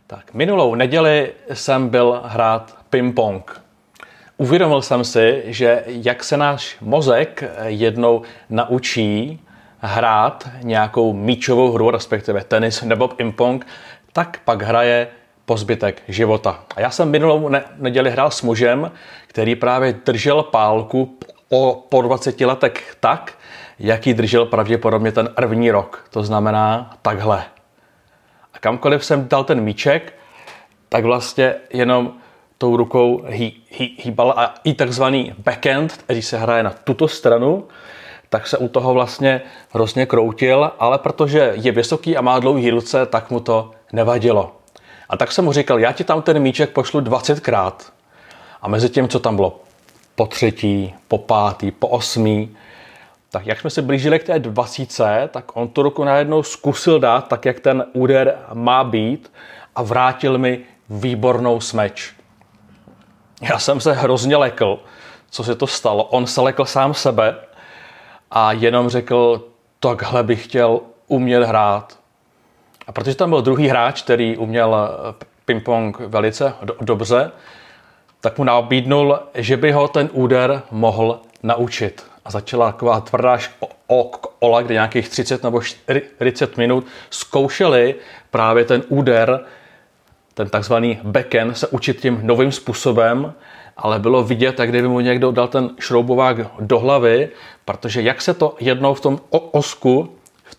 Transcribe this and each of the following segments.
Tak, minulou neděli jsem byl hrát ping-pong. Uvědomil jsem si, že jak se náš mozek jednou naučí hrát nějakou míčovou hru, respektive tenis nebo ping-pong, tak pak hraje po zbytek života. A já jsem minulou neděli hrál s mužem, který právě držel pálku po 20 letech tak, jak ji držel pravděpodobně ten první rok. To znamená takhle. A kamkoliv jsem dal ten míček, tak vlastně jenom tou rukou hýbal a i takzvaný backhand, který se hraje na tuto stranu, tak se u toho vlastně hrozně kroutil, ale protože je vysoký a má dlouhý ruce, tak mu to nevadilo. A tak jsem mu říkal, já ti tam ten míček pošlu 20krát. A mezi tím, co tam bylo po třetí, po pátý, po osmý, tak jak jsme se blížili k té 20, tak on tu ruku najednou zkusil dát tak, jak ten úder má být a vrátil mi výbornou smeč. Já jsem se hrozně lekl, co se to stalo. On se lekl sám sebe a jenom řekl, takhle bych chtěl umět hrát. A protože tam byl druhý hráč, který uměl ping-pong velice dobře, tak mu nabídnul, že by ho ten úder mohl naučit. A začala taková tvrdá ola, kde nějakých 30 nebo 40 minut zkoušeli právě ten úder, ten takzvaný backhand, se učit tím novým způsobem, ale bylo vidět, jak kdyby mu někdo dal ten šroubovák do hlavy, protože jak se to jednou v tom osku, v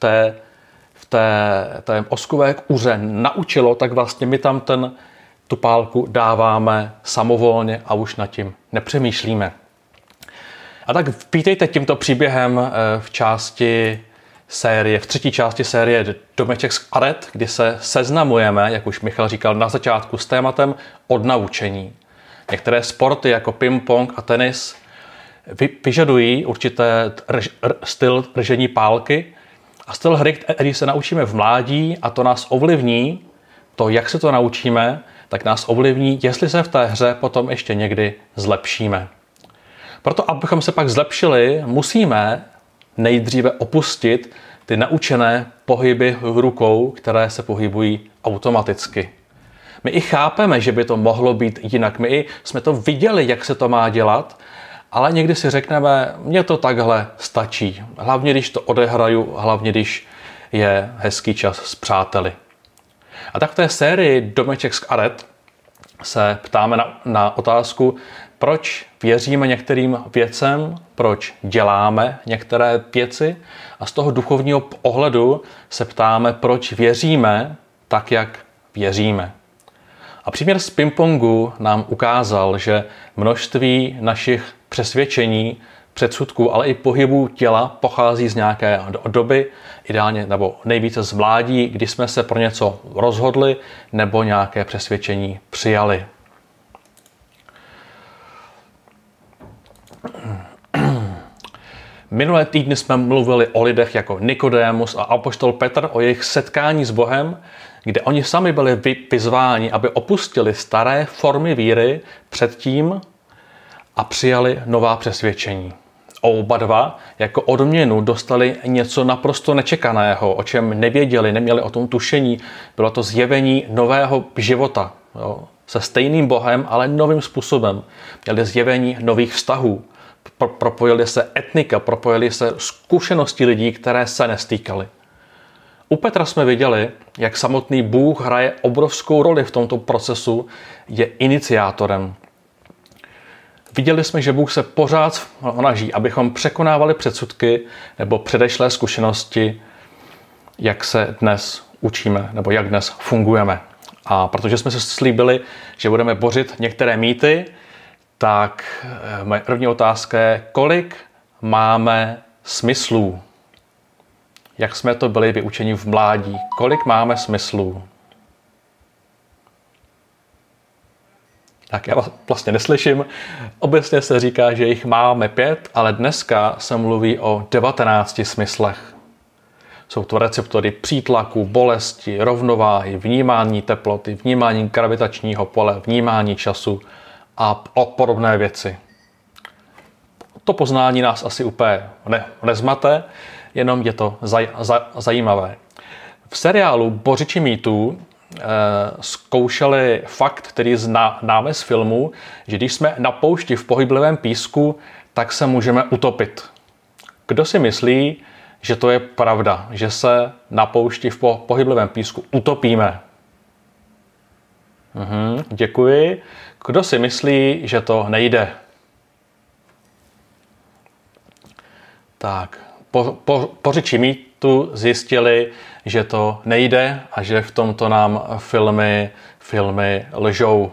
té oskové kůře naučilo, tak vlastně my tam tu pálku dáváme samovolně a už nad tím nepřemýšlíme. A tak vítejte tímto příběhem v třetí části série Domeček z karet, kdy se seznamujeme, jak už Michal říkal na začátku, s tématem odnaučení. Některé sporty jako ping-pong a tenis vyžadují určité styl držení pálky a styl hry, který se naučíme v mládí, a to nás ovlivní, to, jak se to naučíme, tak nás ovlivní, jestli se v té hře potom ještě někdy zlepšíme. Proto, abychom se pak zlepšili, musíme nejdříve opustit ty naučené pohyby rukou, které se pohybují automaticky. My i chápeme, že by to mohlo být jinak. My i jsme to viděli, jak se to má dělat, ale někdy si řekneme, mně to takhle stačí. Hlavně, když to odehraju, hlavně, když je hezký čas s přáteli. A tak v té sérii Domeček z karet se ptáme na otázku, proč věříme některým věcem, proč děláme některé věci, a z toho duchovního ohledu se ptáme, proč věříme tak, jak věříme. A příměr z ping-pongu nám ukázal, že množství našich přesvědčení, předsudků, ale i pohybů těla pochází z nějaké doby, ideálně nebo nejvíce z mládí, kdy jsme se pro něco rozhodli nebo nějaké přesvědčení přijali. Minulé týdny jsme mluvili o lidech jako Nikodémus a apoštol Petr, o jejich setkání s Bohem, kde oni sami byli vyzváni, aby opustili staré formy víry předtím a přijali nová přesvědčení. Oba dva jako odměnu dostali něco naprosto nečekaného, o čem nevěděli, neměli o tom tušení. Bylo to zjevení nového života, se stejným Bohem, ale novým způsobem. Měli zjevení nových vztahů. Propojili se etnika, propojili se zkušenosti lidí, které se nestýkaly. U Petra jsme viděli, jak samotný Bůh hraje obrovskou roli v tomto procesu, je iniciátorem. Viděli jsme, že Bůh se pořád snaží, abychom překonávali předsudky nebo předešlé zkušenosti, jak se dnes učíme nebo jak dnes fungujeme. A protože jsme se slíbili, že budeme bořit některé mýty, tak moje první otázka je, kolik máme smyslů? Jak jsme to byli vyučeni v mládí? Kolik máme smyslů? Tak já vás vlastně neslyším. Obecně se říká, že jich máme 5, ale dneska se mluví o 19 smyslech. Jsou to receptory přítlaku, bolesti, rovnováhy, vnímání teploty, vnímání gravitačního pole, vnímání času a podobné věci. To poznání nás asi úplně nezmate, jenom je to zajímavé. V seriálu Bořiči mýtů zkoušeli fakt, který známe z filmu, že když jsme na poušti v pohyblivém písku, tak se můžeme utopit. Kdo si myslí, že to je pravda, že se na poušti v pohyblivém písku utopíme? Děkuji. Kdo si myslí, že to nejde? Tak, po řeči mýtu zjistili, že to nejde a že v tomto nám filmy lžou.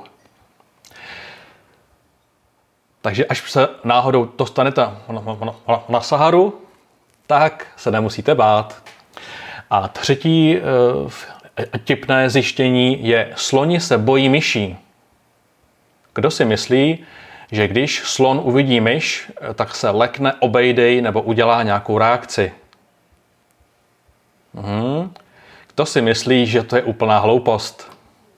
Takže až se náhodou dostanete na Saharu, tak se nemusíte bát. A třetí tipné zjištění je: sloni se bojí myší. Kdo si myslí, že když slon uvidí myš, tak se lekne, obejde nebo udělá nějakou reakci? Kdo si myslí, že to je úplná hloupost?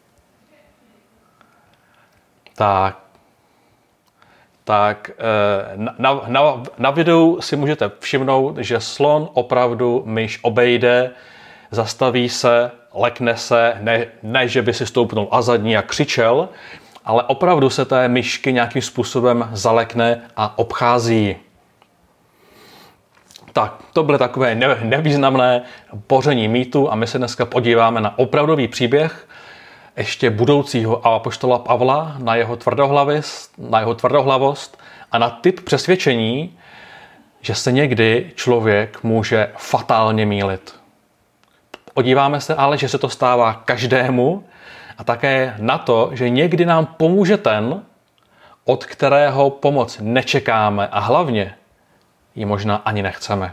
Tak na videu si můžete všimnout, že slon opravdu myš obejde, zastaví se, lekne se, ne že by si stoupnul a zadní a křičel, ale opravdu se té myšky nějakým způsobem zalekne a obchází. Tak, to byly takové nevýznamné boření mýtu a my se dneska podíváme na opravdový příběh ještě budoucího apoštola Pavla, na jeho tvrdohlavost a na typ přesvědčení, že se někdy člověk může fatálně mýlit. Podíváme se ale, že se to stává každému, a také na to, že někdy nám pomůže ten, od kterého pomoc nečekáme a hlavně ji možná ani nechceme.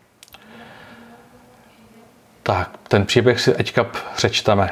Tak, ten příběh si teďka přečteme.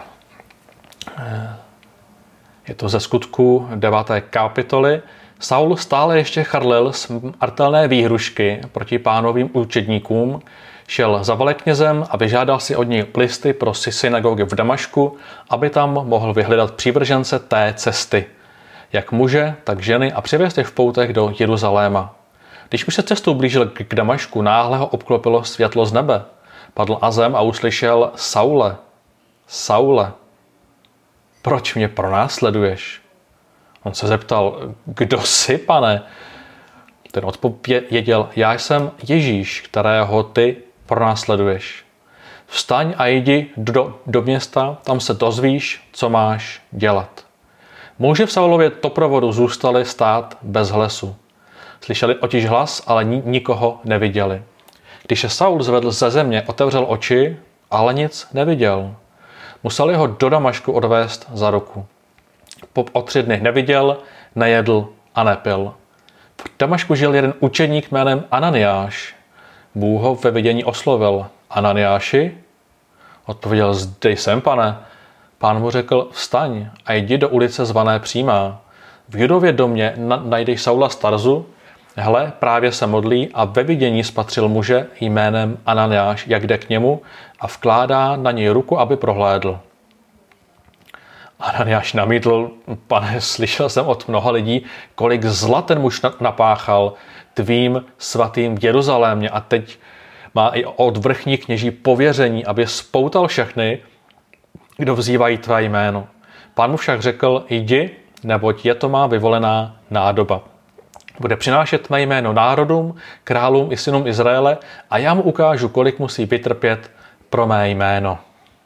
Je to ze Skutků 9. kapitoly. Saul stále ještě chrlil smrtelné výhrušky proti pánovým učedníkům, šel za veleknězem a vyžádal si od něj listy pro synagogy v Damašku, aby tam mohl vyhledat přívržence té cesty, jak muže, tak ženy, a přivést je v poutech do Jeruzaléma. Když už se cestou blížil k Damašku, náhle ho obklopilo světlo z nebe. Padl na zem a uslyšel: Saule, Saule, proč mě pronásleduješ? On se zeptal: kdo jsi, pane? Ten odpověděl: já jsem Ježíš, kterého ty pronásleduješ. Vstaň a jdi do města, tam se dozvíš, co máš dělat. Muži v Saulově doprovodu zůstali stát bez hlasu. Slyšeli totiž hlas, ale nikoho neviděli. Když se Saul zvedl ze země, otevřel oči, ale nic neviděl. Museli ho do Damašku odvést za ruku. O 3 dny neviděl, nejedl a nepil. V Damašku žil jeden učeník jménem Ananiáš. Bůh ho ve vidění oslovil: Ananiáši? Odpověděl: zde jsem, pane. Pán mu řekl: vstaň a jdi do ulice zvané Přímá. V Judově domě najdeš Saula z Tarzu. Hle, právě se modlí a ve vidění spatřil muže jménem Ananiáš, jak jde k němu a vkládá na něj ruku, aby prohlédl. Ananiáš namítl: pane, slyšel jsem od mnoha lidí, kolik zla ten muž napáchal tvým svatým v Jeruzalémě, a teď má i od vrchní kněží pověření, aby spoutal všechny, kdo vzývají tvé jméno. Pán mu však řekl: jdi, neboť je to má vyvolená nádoba. Bude přinášet mé jméno národům, králům i synům Izraele a já mu ukážu, kolik musí vytrpět pro mé jméno.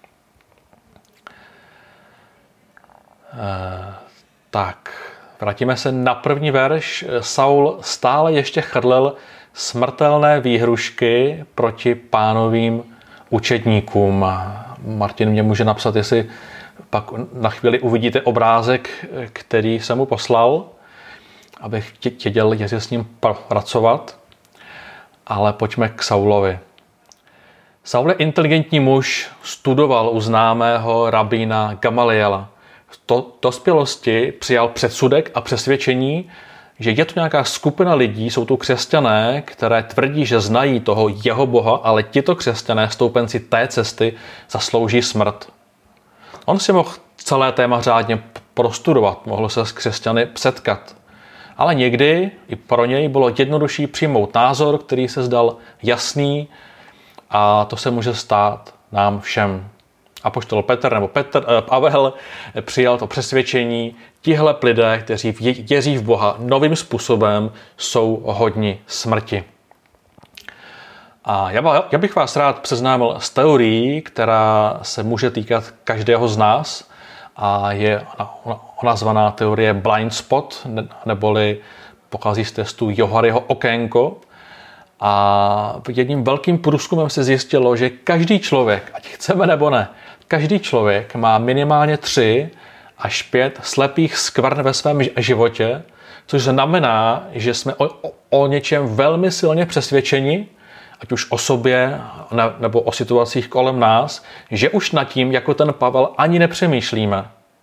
Tak, vrátíme se na první verš. Saul stále ještě chrlil smrtelné výhrušky proti pánovým učedníkům. Martin mě může napsat, jestli pak na chvíli uvidíte obrázek, který jsem mu poslal, abych věděl, jestli s ním pracovat. Ale pojďme k Saulovi. Saul je inteligentní muž, studoval u známého rabína Gamaliela. V dospělosti přijal předsudek a přesvědčení, že je to nějaká skupina lidí, jsou to křesťané, které tvrdí, že znají toho jeho boha, ale tito křesťané, stoupenci té cesty, zaslouží smrt. On si mohl celé téma řádně prostudovat, mohl se s křesťany setkat. Ale někdy i pro něj bylo jednodušší přijmout názor, který se zdal jasný, a to se může stát nám všem. Apoštol Petr nebo Pavel přijal to přesvědčení, tihle lidé, kteří věří v Boha novým způsobem, jsou hodni smrti. A já bych vás rád seznámil s teorií, která se může týkat každého z nás a je nazvaná teorie blind spot, neboli pochází z testu Johariho okénko. A jedním velkým průzkumem se zjistilo, že každý člověk, ať chceme nebo ne, každý člověk má minimálně 3 až 5 slepých skvrn ve svém životě, což znamená, že jsme o něčem velmi silně přesvědčeni, ať už o sobě nebo o situacích kolem nás, že už nad tím, jako ten Pavel, ani nepřemýšlíme.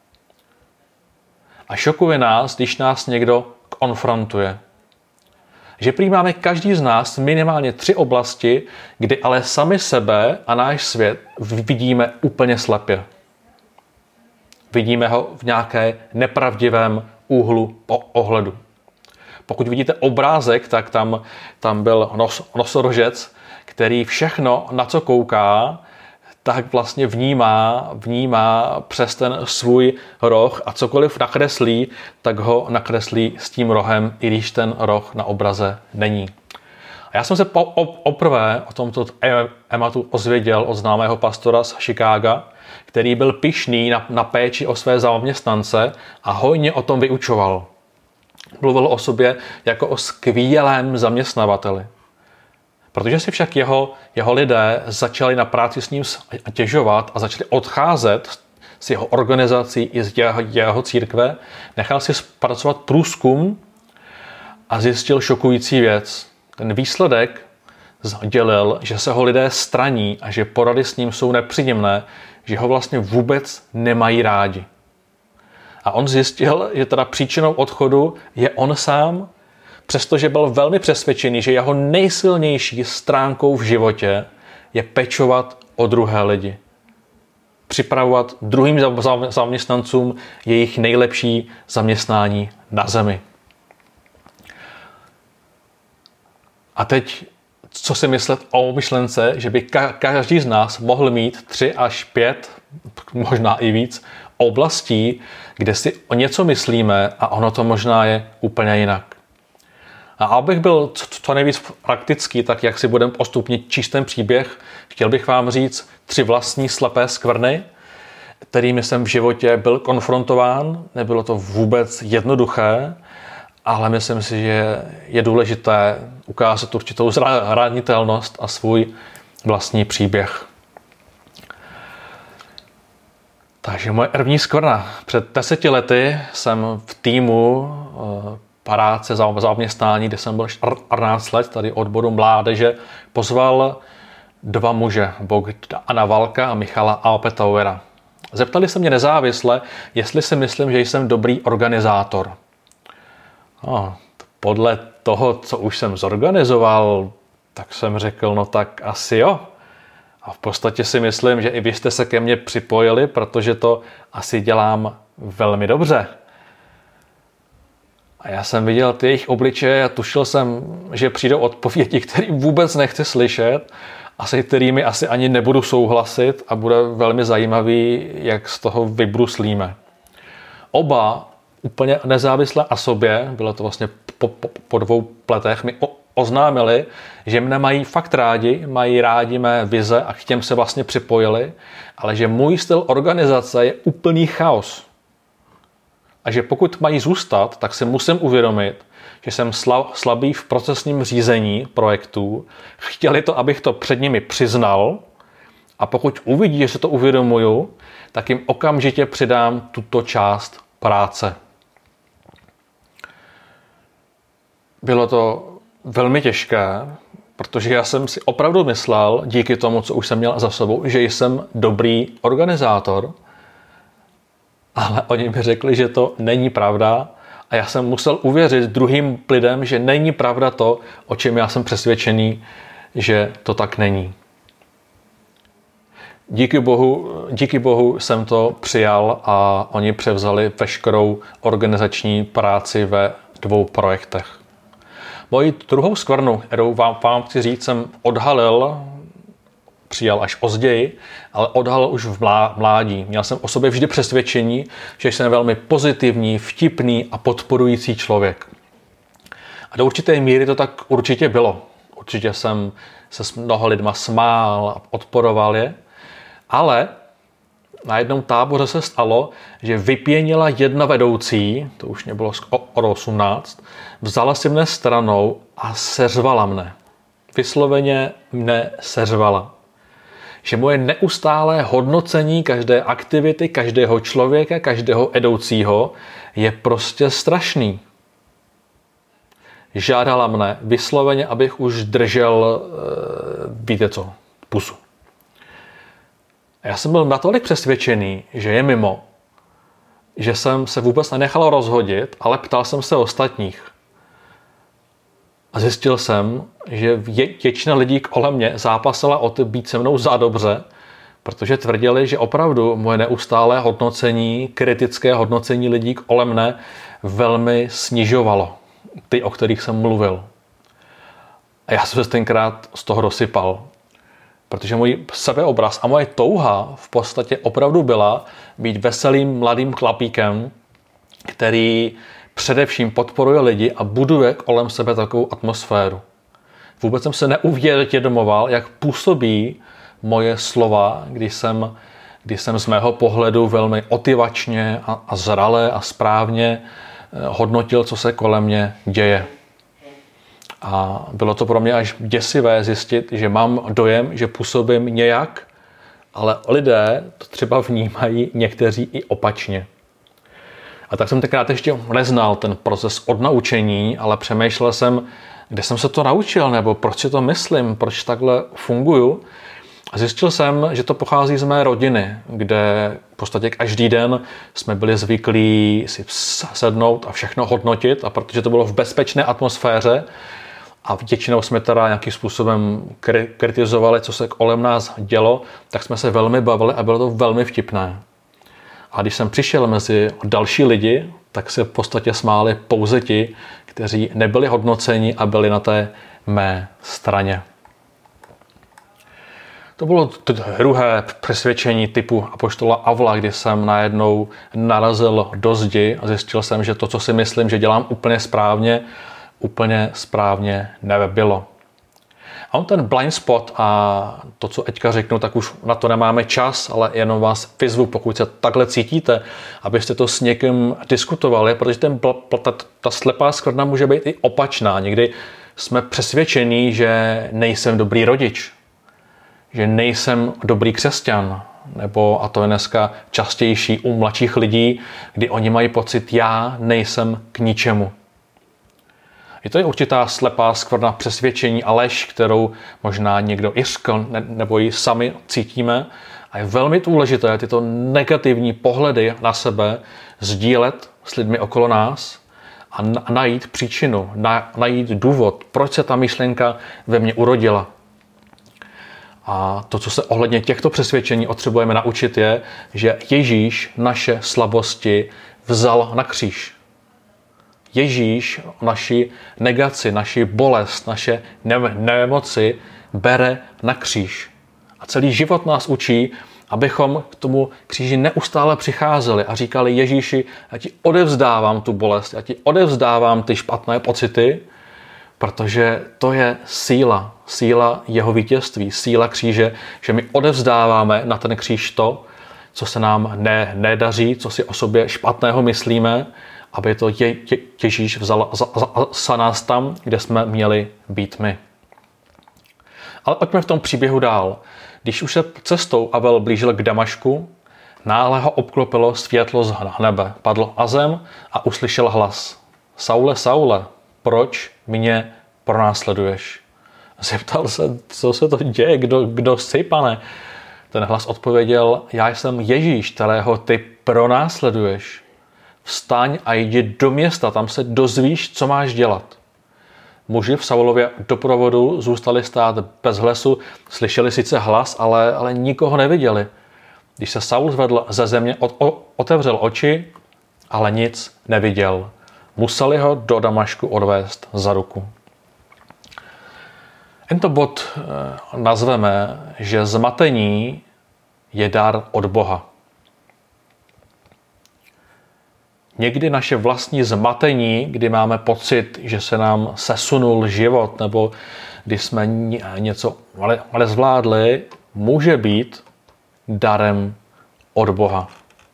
A šokuje nás, když nás někdo konfrontuje. Že prý máme každý z nás minimálně 3 oblasti, kdy ale sami sebe a náš svět vidíme úplně slepě. Vidíme ho v nějaké nepravdivém úhlu ohledu. Pokud vidíte obrázek, tak tam byl nosorožec, který všechno, na co kouká, tak vlastně vnímá přes ten svůj roh a cokoliv nakreslí, tak ho nakreslí s tím rohem, i když ten roh na obraze není. A já jsem se poprvé o tomto tématu ozvěděl od známého pastora z Chicaga, který byl pyšný na péči o své zaměstnance a hojně o tom vyučoval. Mluvil o sobě jako o skvělém zaměstnavateli. Protože si však jeho lidé začali na práci s ním těžovat a začali odcházet z jeho organizací i z jeho církve, nechal si zpracovat průzkum a zjistil šokující věc. Ten výsledek sdělil, že se ho lidé straní a že porady s ním jsou nepříjemné, že ho vlastně vůbec nemají rádi. A on zjistil, že teda příčinou odchodu je on sám, přestože byl velmi přesvědčený, že jeho nejsilnější stránkou v životě je pečovat o druhé lidi. Připravovat druhým zaměstnancům jejich nejlepší zaměstnání na zemi. A teď, co si myslet o myšlence, že by každý z nás mohl mít 3 až 5, možná i víc, oblastí, kde si o něco myslíme a ono to možná je úplně jinak. A abych byl co nejvíc praktický, tak jak si budeme postupně číst ten příběh, chtěl bych vám říct 3 vlastní slepé skvrny, kterými jsem v životě byl konfrontován. Nebylo to vůbec jednoduché, ale myslím si, že je důležité ukázat určitou zranitelnost a svůj vlastní příběh. Takže moje první skvrna. Před 10 lety jsem v týmu práce za zaměstnání, kde jsem byl 14 let, tady odboru mládeže, pozval 2 muže, Bogdana Valka a Michala Alpetauera. Zeptali se mě nezávisle, jestli si myslím, že jsem dobrý organizátor. Podle toho, co už jsem zorganizoval, tak jsem řekl, no tak asi jo. A v podstatě si myslím, že i vy jste se ke mně připojili, protože to asi dělám velmi dobře. A já jsem viděl ty jejich obličeje a tušil jsem, že přijdou odpovědi, které vůbec nechci slyšet a se kterými asi ani nebudu souhlasit a bude velmi zajímavý, jak z toho vybruslíme. Oba úplně nezávisle na sobě, bylo to vlastně po 2 letech, mi oznámili, že mne mají fakt rádi, mají rádi mé vize a k těm se vlastně připojili, ale že můj styl organizace je úplný chaos. A že pokud mají zůstat, tak si musím uvědomit, že jsem slabý v procesním řízení projektů. Chtěli to, abych to před nimi přiznal a pokud uvidí, že se to uvědomuju, tak jim okamžitě přidám tuto část práce. Bylo to velmi těžké, protože já jsem si opravdu myslel, díky tomu, co už jsem měl za sebou, že jsem dobrý organizátor, ale oni mi řekli, že to není pravda a já jsem musel uvěřit druhým lidem, že není pravda to, o čem já jsem přesvědčený, že to tak není. Díky bohu jsem to přijal a oni převzali veškerou organizační práci ve 2 projektech. Moji druhou skvrnu, kterou vám chci říct, jsem odhalil přijal až později, ale odhalil už v mládí. Měl jsem o sobě vždy přesvědčení, že jsem velmi pozitivní, vtipný a podporující člověk. A do určité míry to tak určitě bylo. Určitě jsem se s mnoha lidma smál a podporoval je, ale na jednom táboře se stalo, že vypěnila jedna vedoucí, to už mě bylo od 18, vzala si mne stranou a seřvala mne. Vysloveně mne seřvala. Že moje neustálé hodnocení každé aktivity, každého člověka, každého vedoucího je prostě strašný. Žádala mne vysloveně, abych už držel, víte co, pusu. Já jsem byl natolik přesvědčený, že je mimo, že jsem se vůbec nenechal rozhodit, ale ptal jsem se ostatních. A zjistil jsem, že většina lidí kolem mě zápasila o to být se mnou za dobře, protože tvrdili, že opravdu moje neustálé hodnocení, kritické hodnocení lidí kolem mne velmi snižovalo. Ty, o kterých jsem mluvil. A já jsem se tenkrát z toho dosypal. Protože můj sebeobraz a moje touha v podstatě opravdu byla být veselým mladým chlapíkem, který především podporuje lidi a buduje kolem sebe takovou atmosféru. Vůbec jsem se neuvědomoval, jak působí moje slova, když jsem z mého pohledu velmi motivačně a zrale a správně hodnotil, co se kolem mě děje. A bylo to pro mě až děsivé zjistit, že mám dojem, že působím nějak, ale lidé to třeba vnímají někteří i opačně. A tak jsem tenkrát ještě neznal ten proces odnaučení, ale přemýšlel jsem, kde jsem se to naučil, nebo proč si to myslím, proč takhle funguju. A zjistil jsem, že to pochází z mé rodiny, kde v podstatě každý den jsme byli zvyklí si sednout a všechno hodnotit, a protože to bylo v bezpečné atmosféře a většinou jsme teda nějakým způsobem kritizovali, co se kolem nás dělo, tak jsme se velmi bavili a bylo to velmi vtipné. A když jsem přišel mezi další lidi, tak se v podstatě smáli pouze ti, kteří nebyli hodnoceni a byli na té mé straně. To bylo druhé přesvědčení typu apoštola Avla, kdy jsem najednou narazil do zdi a zjistil jsem, že to, co si myslím, že dělám úplně správně nebylo. A on ten blind spot a to, co teďka řeknu, tak už na to nemáme čas, ale jenom vás vyzvu, pokud se takhle cítíte, abyste to s někým diskutovali, protože ta slepá skvrna může být i opačná. Někdy jsme přesvědčení, že nejsem dobrý rodič, že nejsem dobrý křesťan, nebo, a to je dneska častější u mladších lidí, kdy oni mají pocit, já nejsem k ničemu. Je to určitá slepá skvrna přesvědčení a lež, kterou možná někdo iskl, nebo ji sami cítíme. A je velmi důležité tyto negativní pohledy na sebe sdílet s lidmi okolo nás a najít příčinu, najít důvod, proč se ta myšlenka ve mně urodila. A to, co se ohledně těchto přesvědčení potřebujeme naučit, je, že Ježíš naše slabosti vzal na kříž. Ježíš naši negaci, naši bolest, naše nemoci bere na kříž. A celý život nás učí, abychom k tomu kříži neustále přicházeli a říkali Ježíši, já ti odevzdávám tu bolest, já ti odevzdávám ty špatné pocity, protože to je síla jeho vítězství, síla kříže, že my odevzdáváme na ten kříž to, co se nám nedaří, co si o sobě špatného myslíme, aby to Ježíš vzal za nás tam, kde jsme měli být my. Ale pojďme v tom příběhu dál. Když už se cestou Avel blížil k Damašku, náhle ho obklopilo světlo z nebe. Padl na zem a uslyšel hlas. Saule, Saule, proč mě pronásleduješ? Zeptal se, co se to děje, kdo jsi, pane? Ten hlas odpověděl, já jsem Ježíš, kterého ty pronásleduješ. Vstaň a jdi do města, tam se dozvíš, co máš dělat. Muži v Saulově doprovodu zůstali stát bez hlasu, slyšeli sice hlas, ale nikoho neviděli. Když se Saul zvedl ze země, otevřel oči, ale nic neviděl. Museli ho do Damašku odvést za ruku. Tento bod nazveme, že zmatení je dar od Boha. Někdy naše vlastní zmatení, kdy máme pocit, že se nám sesunul život, nebo když jsme něco ale zvládli, může být darem od Boha.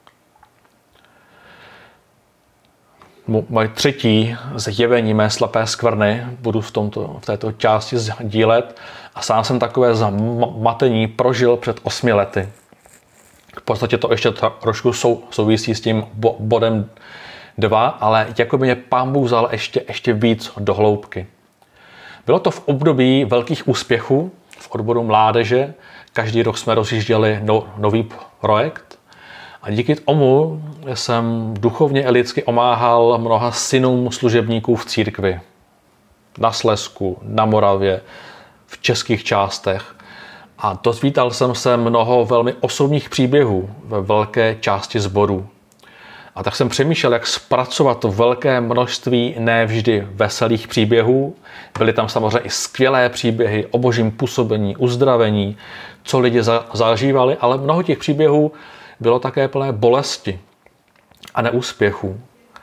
Moje třetí zjevení mé slepé skvrny budu v této části sdílet a sám jsem takové zmatení prožil před 8 lety. V podstatě to ještě trošku souvisí s tím bodem 2, ale jako by mě Pán Bůh vzal ještě víc do hloubky. Bylo to v období velkých úspěchů v odboru mládeže. Každý rok jsme rozjížděli nový projekt a díky tomu jsem duchovně i lidsky omáhal mnoha synům služebníků v církvi. Na Slezsku, na Moravě, v českých částech. A dozvídal jsem se mnoho velmi osobních příběhů ve velké části sborů. A tak jsem přemýšlel, jak zpracovat to velké množství nevždy veselých příběhů. Byly tam samozřejmě i skvělé příběhy o božím působení, uzdravení, co lidi zažívali, ale mnoho těch příběhů bylo také plné bolesti a neúspěchů.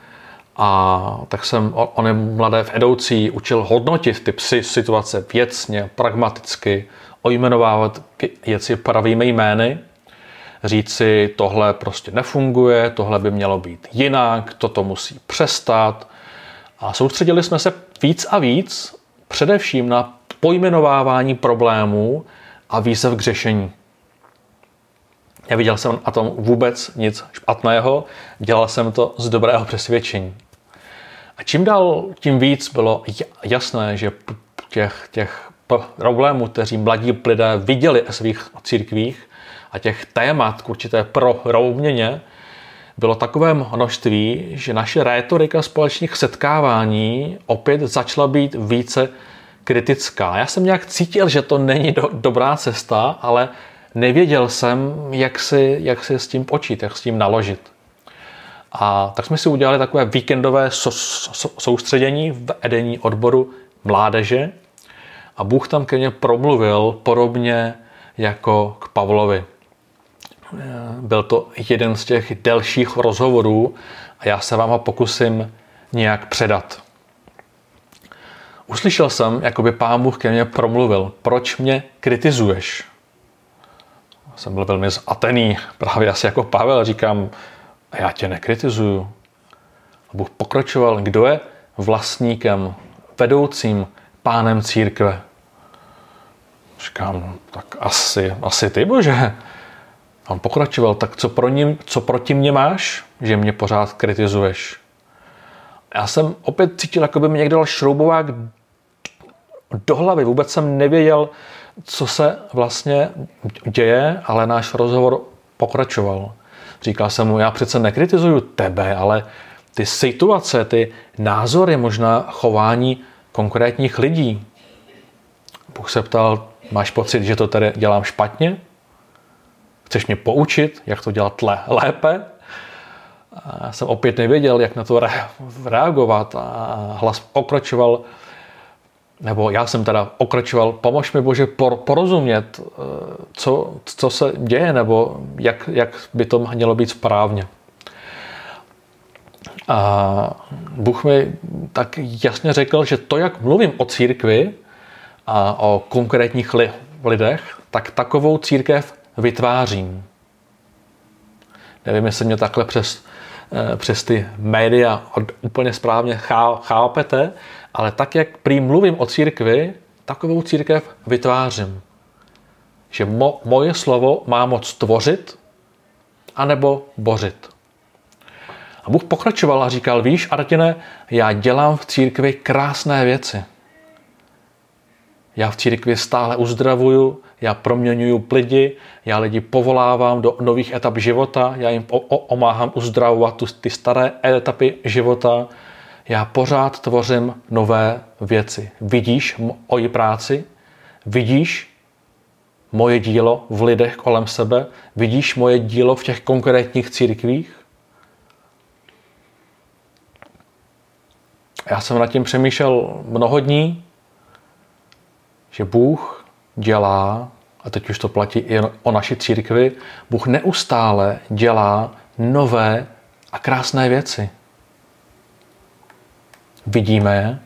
A tak jsem ony mladé vedoucí učil hodnotit ty situace věcně, pragmaticky, ojmenovávat věci pravými jmény, říct si, tohle prostě nefunguje, tohle by mělo být jinak, toto musí přestat. A soustředili jsme se víc a víc především na pojmenovávání problémů a výzev k řešení. Neviděl jsem na tom vůbec nic špatného, dělal jsem to z dobrého přesvědčení. A čím dál, tím víc bylo jasné, že těch problémů, kteří mladí lidé viděli ve svých církvích a těch témat k určité proměně, bylo takové množství, že naše rétorika společných setkávání opět začala být více kritická. Já jsem nějak cítil, že to není dobrá cesta, ale nevěděl jsem, jak si s tím počít, jak s tím naložit. A tak jsme si udělali takové víkendové soustředění v vedení odboru mládeže a Bůh tam ke mně promluvil podobně jako k Pavlovi. Byl to jeden z těch delších rozhovorů a já se vám ho pokusím nějak předat. Uslyšel jsem, jako by Pán Bůh ke mně promluvil. Proč mě kritizuješ? Jsem byl velmi zatený, právě asi jako Pavel. Říkám, já tě nekritizuju. A Bůh pokračoval, kdo je vlastníkem, vedoucím, pánem církve. Říkám, tak asi ty, Bože. A on pokračoval, tak co proti mně máš, že mě pořád kritizuješ? Já jsem opět cítil, jako by mi někdo dal šroubovák do hlavy. Vůbec jsem nevěděl, co se vlastně děje, ale náš rozhovor pokračoval. Říkal jsem mu, já přece nekritizuju tebe, ale ty situace, ty názory, možná chování konkrétních lidí. Bůh se ptal, máš pocit, že to tady dělám špatně? Chceš mě poučit, jak to dělat lépe? A já jsem opět nevěděl, jak na to reagovat a hlas pokračoval, nebo já jsem teda pokračoval, pomož mi, Bože, porozumět, co se děje, nebo jak by to mělo být správně. A Bůh mi tak jasně řekl, že to, jak mluvím o církvi a o konkrétních lidech, tak takovou církev vytvářím. Nevím, jestli mě takhle přes ty média úplně správně chápete, ale tak, jak prý mluvím o církvi, takovou církev vytvářím. Že moje slovo má moc tvořit anebo bořit. A Bůh pokračoval a říkal, víš, Artine, já dělám v církvi krásné věci. Já v církvi stále uzdravuju, já proměňuju lidi, já lidi povolávám do nových etap života, já jim pomáhám uzdravovat ty staré etapy života, já pořád tvořím nové věci. Vidíš moji práci? Vidíš moje dílo v lidech kolem sebe? Vidíš moje dílo v těch konkrétních církvích? Já jsem nad tím přemýšlel mnoho dní, že Bůh dělá, a teď už to platí i o naší církvi, Bůh neustále dělá nové a krásné věci. Vidíme je.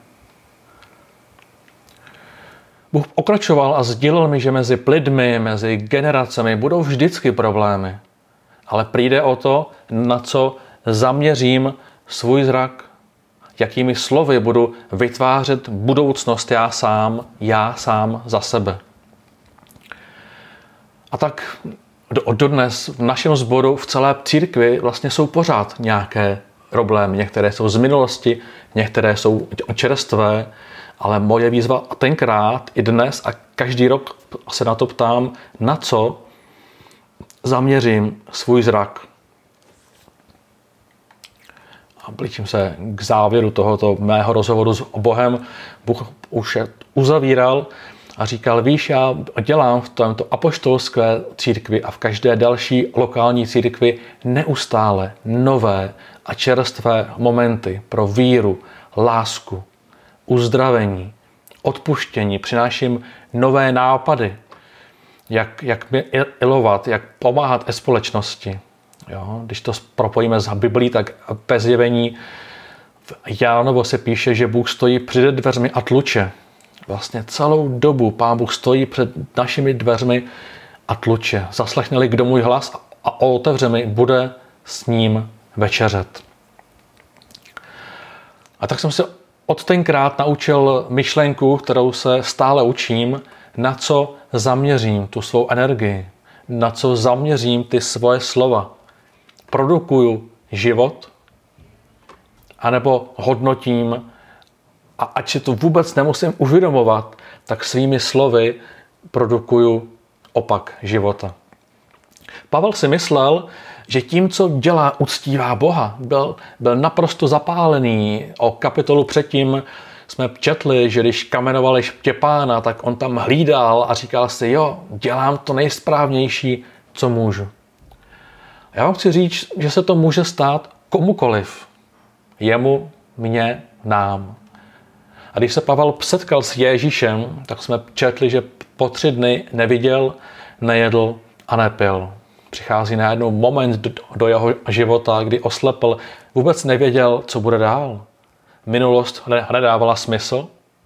Bůh pokračoval a sdělil mi, že mezi lidmi, mezi generacemi budou vždycky problémy. Ale přijde o to, na co zaměřím svůj zrak, jakými slovy budu vytvářet budoucnost já sám za sebe. A tak dodnes v našem sboru, v celé církvi vlastně jsou pořád nějaké problémy. Některé jsou z minulosti, některé jsou čerstvé, ale moje výzva tenkrát i dnes a každý rok se na to ptám, na co zaměřím svůj zrak. A blížím se k závěru tohoto mého rozhovoru s Bohem. Bůh už uzavíral a říkal, víš, já dělám v tomto apoštolské církvi a v každé další lokální církvi neustále nové a čerstvé momenty pro víru, lásku, uzdravení, odpuštění. Přináším nové nápady, jak milovat, jak pomáhat společnosti. Jo? Když to propojíme s Biblí, tak ve Zjevení v Jánovo se píše, že Bůh stojí před dveřmi a tluče. Vlastně celou dobu Pán Bůh stojí před našimi dveřmi a tluče. Zaslechne-li kdo můj hlas a otevře mi, bude s ním večeřet. A tak jsem se od tenkrát naučil myšlenku, kterou se stále učím, na co zaměřím tu svou energii, na co zaměřím ty svoje slova. Produkuju život, anebo hodnotím, a ať si to vůbec nemusím uvědomovat, tak svými slovy produkuju opak života. Pavel si myslel, že tím, co dělá, uctívá Boha. Byl naprosto zapálený. O kapitolu předtím jsme četli, že když kamenovali Štěpána, tak on tam hlídal a říkal si, jo, dělám to nejsprávnější, co můžu. Já vám chci říct, že se to může stát komukoliv. Jemu, mně, nám. A když se Pavel setkal s Ježíšem, tak jsme četli, že po 3 dny neviděl, nejedl a nepil. Přichází najednou moment do jeho života, kdy oslepl, vůbec nevěděl, co bude dál. Minulost nedávala smysl,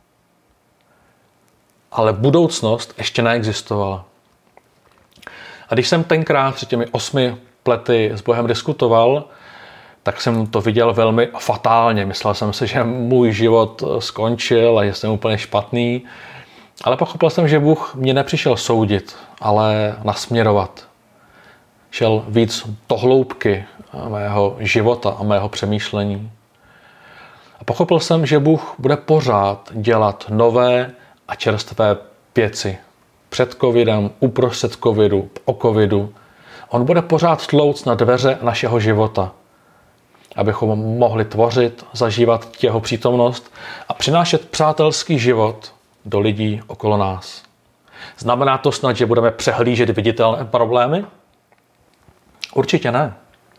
ale budoucnost ještě neexistovala. A když jsem tenkrát před těmi 8 lety s Bohem diskutoval, tak jsem to viděl velmi fatálně. Myslel jsem si, že můj život skončil a že jsem úplně špatný. Ale pochopil jsem, že Bůh mě nepřišel soudit, ale nasměrovat. Šel víc do hloubky mého života a mého přemýšlení. A pochopil jsem, že Bůh bude pořád dělat nové a čerstvé věci. Před covidem, uprostřed covidu, po covidu. On bude pořád tlouct na dveře našeho života, abychom mohli tvořit, zažívat jeho přítomnost a přinášet přátelský život do lidí okolo nás. Znamená to snad, že budeme přehlížet viditelné problémy? Určitě ne.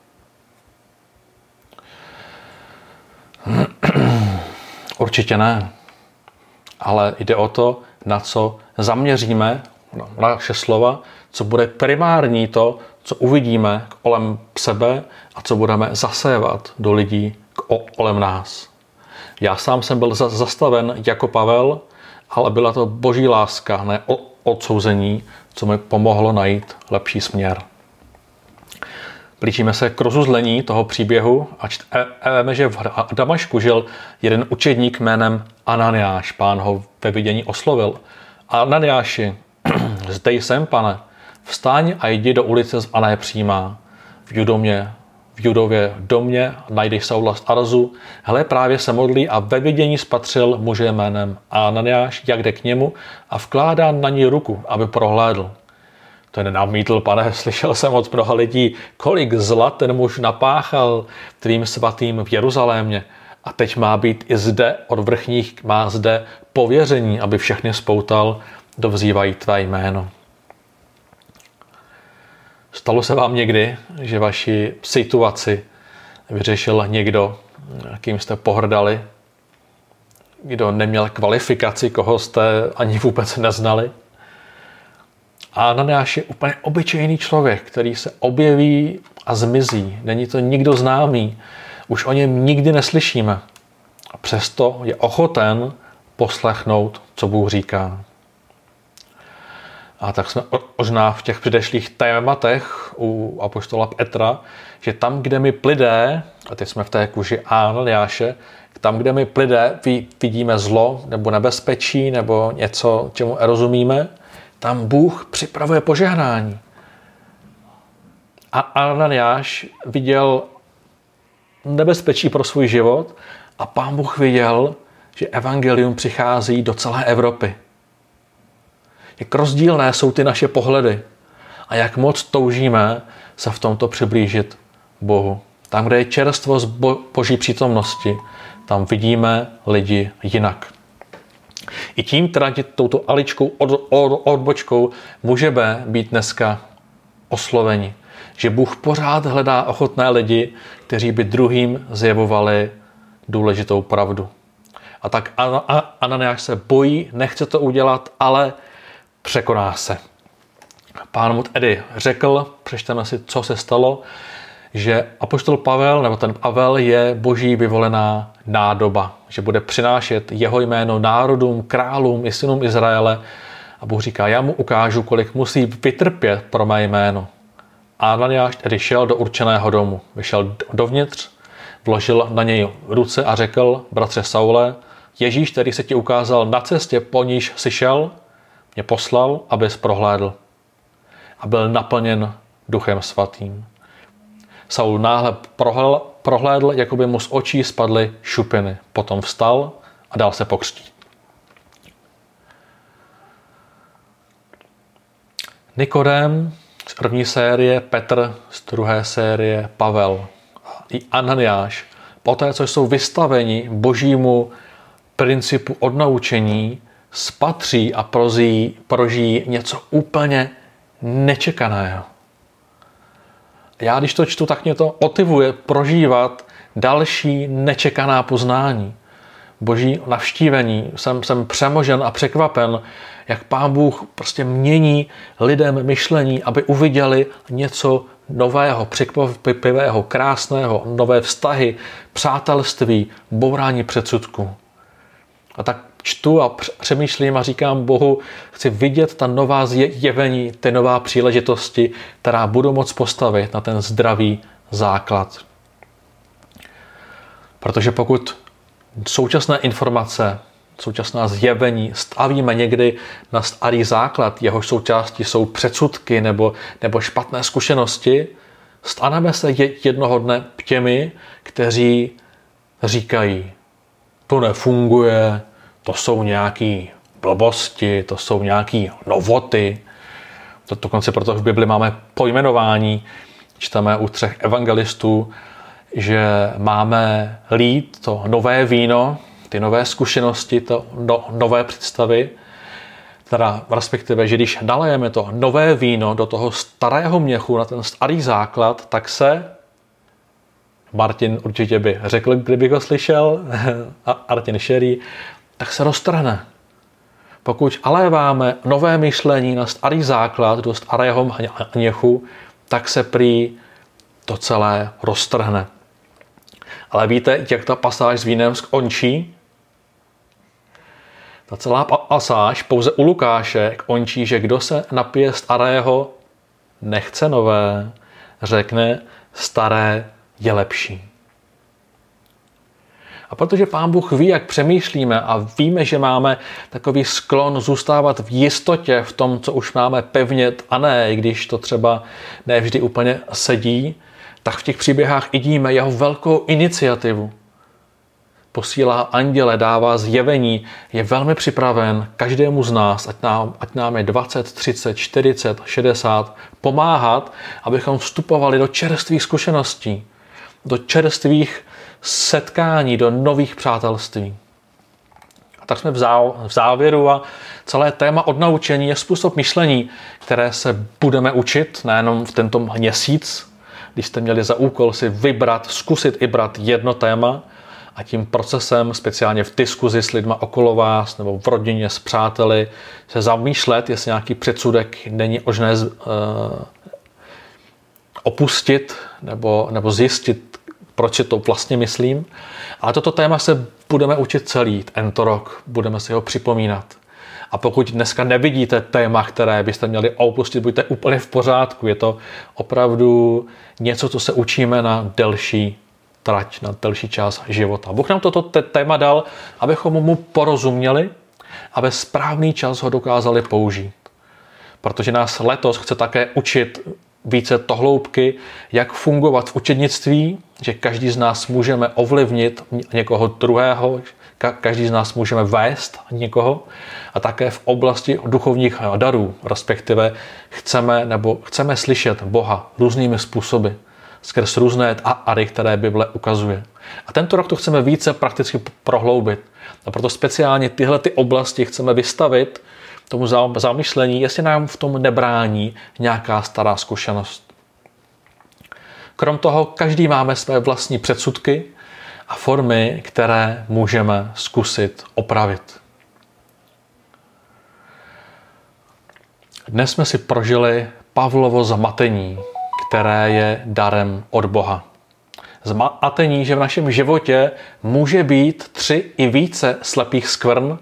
Určitě ne. Ale jde o to, na co zaměříme na naše slova, co bude primární to, co uvidíme kolem sebe a co budeme zasévat do lidí kolem nás. Já sám jsem byl zastaven jako Pavel, ale byla to boží láska, ne odsouzení, co mi pomohlo najít lepší směr. Blížíme se k rozuzlení toho příběhu a čteme, že v Damašku žil jeden učedník jménem Ananiáš. Pán ho ve vidění oslovil. Ananiáši, zde jsem, pane, vstaň a jdi do ulice a ne přijímá. V Judově domě najdeš Saula z Tarzu. Hle, právě se modlí a ve vidění spatřil muže jménem Ananiáš, jak jde k němu a vkládá na ní ruku, aby prohlédl. To nenamítl, pane, slyšel jsem od mnoha lidí, kolik zla ten muž napáchal tvým svatým v Jeruzalémě. A teď má být i zde od vrchních, má zde pověření, aby všechny spoutal, kdo vzývají tvé jméno. Stalo se vám někdy, že vaši situaci vyřešil někdo, kým jste pohrdali? kdo neměl kvalifikaci, koho jste ani vůbec neznali. A Ananiáš je úplně obyčejný člověk, který se objeví a zmizí. Není to nikdo známý. Už o něm nikdy neslyšíme. A přesto je ochoten poslechnout, co Bůh říká. A tak jsme možná v těch předešlých tématech u apoštola Petra, že tam, kde my plidé, a teď jsme v té kůži Ananiáše, tam, kde my plidé vidíme zlo nebo nebezpečí nebo něco, čemu rozumíme, tam Bůh připravuje požehnání. A Ananiáš viděl nebezpečí pro svůj život a Pán Bůh viděl, že evangelium přichází do celé Evropy. Jak rozdílné jsou ty naše pohledy a jak moc toužíme se v tomto přiblížit Bohu. Tam, kde je čerstvost Boží přítomnosti, tam vidíme lidi jinak. I tím, teda touto aličkou, odbočkou, můžeme být dneska osloveni. Že Bůh pořád hledá ochotné lidi, kteří by druhým zjevovali důležitou pravdu. A tak Ananiáš se bojí, nechce to udělat, ale překoná se. Pán mu tedy řekl, přečteme si, co se stalo, že apoštol Pavel, nebo ten Pavel je Boží vyvolená nádoba, že bude přinášet jeho jméno národům, králům i synům Izraele. A Bůh říká, já mu ukážu, kolik musí vytrpět pro mé jméno. A Ananiáš tedy šel do určeného domu. Vyšel dovnitř, vložil na něj ruce a řekl, bratře Saule, Ježíš, který se ti ukázal na cestě, po níž jsi šel, mě poslal, abys prohlédl. A byl naplněn Duchem svatým. Saul náhle prohlédl, jako by mu z očí spadly šupiny. Potom vstal a dal se pokřtít. Nikodém z první série, Petr z druhé série, Pavel i Ananiáš, poté, co jsou vystaveni Božímu principu odnaučení, spatří a prožijí něco úplně nečekaného. Já, když to čtu, tak mě to motivuje prožívat další nečekaná poznání. Boží navštívení. Jsem přemožen a překvapen, jak Pán Bůh prostě mění lidem myšlení, aby uviděli něco nového, překvapivého, krásného, nové vztahy, přátelství, bourání předsudků. A tak čtu a přemýšlím a říkám Bohu, chci vidět ta nová zjevení, ty nová příležitosti, která budu moct postavit na ten zdravý základ. Protože pokud současné informace, současná zjevení stavíme někdy na starý základ, jehož součástí jsou předsudky nebo špatné zkušenosti, staneme se jednoho dne těmi, kteří říkají, to nefunguje, to jsou nějaké blbosti, to jsou nějaké novoty. To dokonce proto v Bibli máme pojmenování, čteme u 3 evangelistů, že máme lít to nové víno, ty nové zkušenosti, to nové představy, teda respektive, že když nalejeme to nové víno do toho starého měchu, na ten starý základ, tak se, Martin určitě by řekl, kdyby ho slyšel, a Martin Sherry, tak se roztrhne. Pokud aléváme nové myšlení na starý základ do starého měchu, tak se prý to celé roztrhne. Ale víte, jak ta pasáž s vínem skončí? Ta celá pasáž pouze u Lukáše končí, že kdo se napije starého, nechce nové, řekne, staré je lepší. A protože Pán Bůh ví, jak přemýšlíme a víme, že máme takový sklon zůstávat v jistotě v tom, co už máme pevně, a ne, když to třeba nevždy úplně sedí, tak v těch příběhách vidíme jeho velkou iniciativu. Posílá anděle, dává zjevení, je velmi připraven každému z nás, ať nám je 20, 30, 40, 60, pomáhat, abychom vstupovali do čerstvých zkušeností, do čerstvých setkání, do nových přátelství. A tak jsme v závěru a celé téma odnaučení je způsob myšlení, které se budeme učit nejenom v tento měsíc, když jste měli za úkol si vybrat, zkusit vybrat jedno téma, a tím procesem, speciálně v diskuzi s lidma okolo vás nebo v rodině s přáteli, se zamýšlet, jestli nějaký předsudek není možné opustit nebo zjistit, proč si to vlastně myslím. Ale toto téma se budeme učit celý tento rok, budeme si ho připomínat. A pokud dneska nevidíte téma, které byste měli opustit, buďte úplně v pořádku. Je to opravdu něco, co se učíme na delší trať, na delší čas života. Bůh nám toto téma dal, abychom mu porozuměli a ve správný čas ho dokázali použít. Protože nás letos chce také učit více tohloubky, jak fungovat v učednictví, že každý z nás můžeme ovlivnit někoho druhého, každý z nás můžeme vést někoho a také v oblasti duchovních darů, respektive chceme slyšet Boha různými způsoby, skrz různé dary, které Bible ukazuje. A tento rok to chceme více prakticky prohloubit. A proto speciálně tyhle oblasti chceme vystavit tomu zamyšlení, jestli nám v tom nebrání nějaká stará zkušenost. Krom toho, každý máme své vlastní předsudky a formy, které můžeme zkusit opravit. Dnes jsme si prožili Pavlovo zmatení, které je darem od Boha. Zmatení, že v našem životě může být 3 i více slepých skvrn,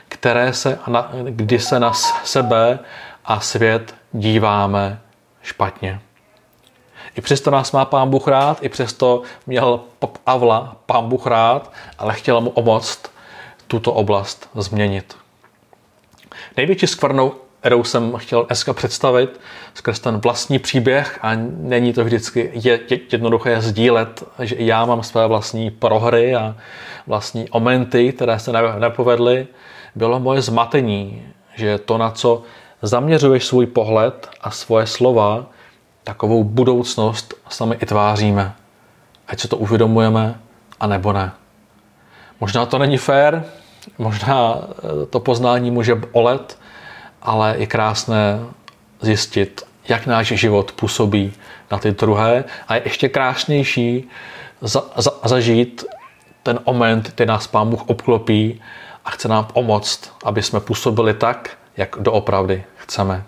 kdy se na sebe a svět díváme špatně. I přesto nás má Pán Bůh rád, i přesto měl Pavla Pán Bůh rád, ale chtěl mu pomoct tuto oblast změnit. Největší skvrnou, kterou jsem chtěl dneska představit, skrz ten vlastní příběh, a není to vždycky jednoduché sdílet, že já mám své vlastní prohry a vlastní momenty, které se nepovedly, bylo moje zmatení, že to, na co zaměřuješ svůj pohled a svoje slova, takovou budoucnost sami i tváříme. Ať se to uvědomujeme, anebo ne. Možná to není fér, možná to poznání může bolet, ale je krásné zjistit, jak náš život působí na ty druhé a je ještě krásnější zažít ten moment, kdy nás Pán Bůh obklopí a chce nám pomoct, aby jsme působili tak, jak doopravdy chceme.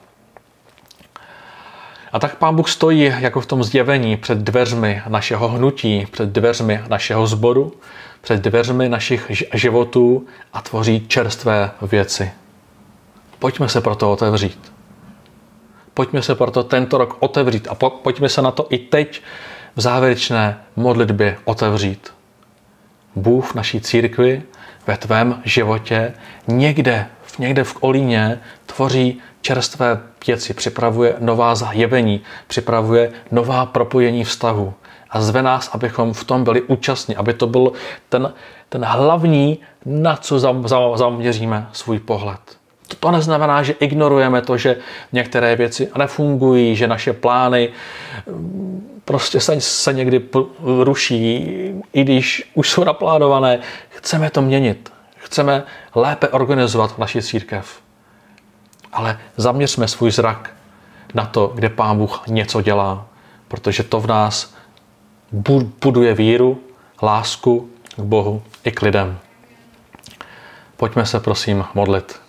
A tak Pán Bůh stojí jako v tom zjevení před dveřmi našeho hnutí, před dveřmi našeho sboru, před dveřmi našich životů a tvoří čerstvé věci. Pojďme se proto otevřít. Pojďme se proto tento rok otevřít a pojďme se na to i teď v závěrečné modlitbě otevřít. Bůh v naší církvi, ve tvém životě, někde v Kolíně tvoří čerstvé věci, připravuje nová zjevení, připravuje nová propojení vztahu a zve nás, abychom v tom byli účastní, aby to byl ten hlavní, na co zaměříme svůj pohled. To neznamená, že ignorujeme to, že některé věci nefungují, že naše plány prostě se někdy ruší, i když už jsou naplánované. Chceme to měnit. Chceme lépe organizovat naši církev. Ale zaměřme svůj zrak na to, kde Pán Bůh něco dělá, protože to v nás buduje víru, lásku k Bohu i k lidem. Pojďme se prosím modlit.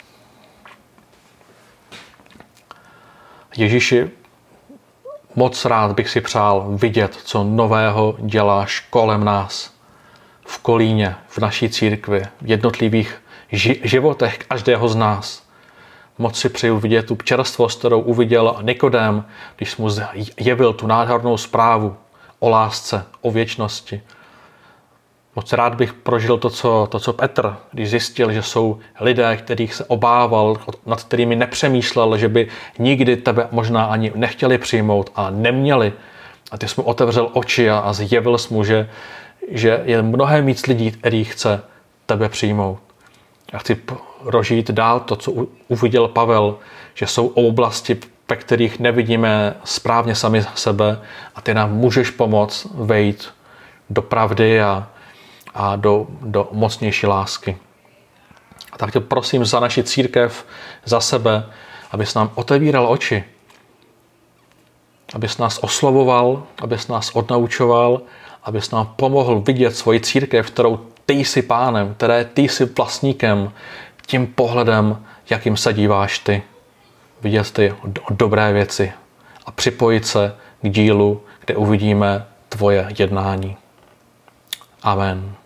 Ježíši, moc rád bych si přál vidět, co nového děláš kolem nás, v Kolíně, v naší církvi, v jednotlivých životech každého z nás. Moc si přeju vidět tu čerstvost, kterou uviděl Nikodém, když mu jevil tu nádhernou zprávu o lásce, o věčnosti. Moc rád bych prožil to, co Petr, když zjistil, že jsou lidé, kterých se obával, nad kterými nepřemýšlel, že by nikdy tebe možná ani nechtěli přijmout a neměli. A ty jsi mu otevřel oči a zjevil jsi mu, že je mnohem víc lidí, který chce tebe přijmout. Já chci prožít dál to, co uviděl Pavel, že jsou oblasti, ve kterých nevidíme správně sami sebe a ty nám můžeš pomoct vejít do pravdy a do mocnější lásky. A tak tě prosím za naši církev, za sebe, abys nám otevíral oči, abys nás oslovoval, abys nás odnaučoval abys nám pomohl vidět svoji církev, kterou ty jsi pánem, které ty jsi vlastníkem, tím pohledem, jakým se díváš ty. Vidět ty dobré věci a připojit se k dílu, kde uvidíme tvoje jednání. Amen.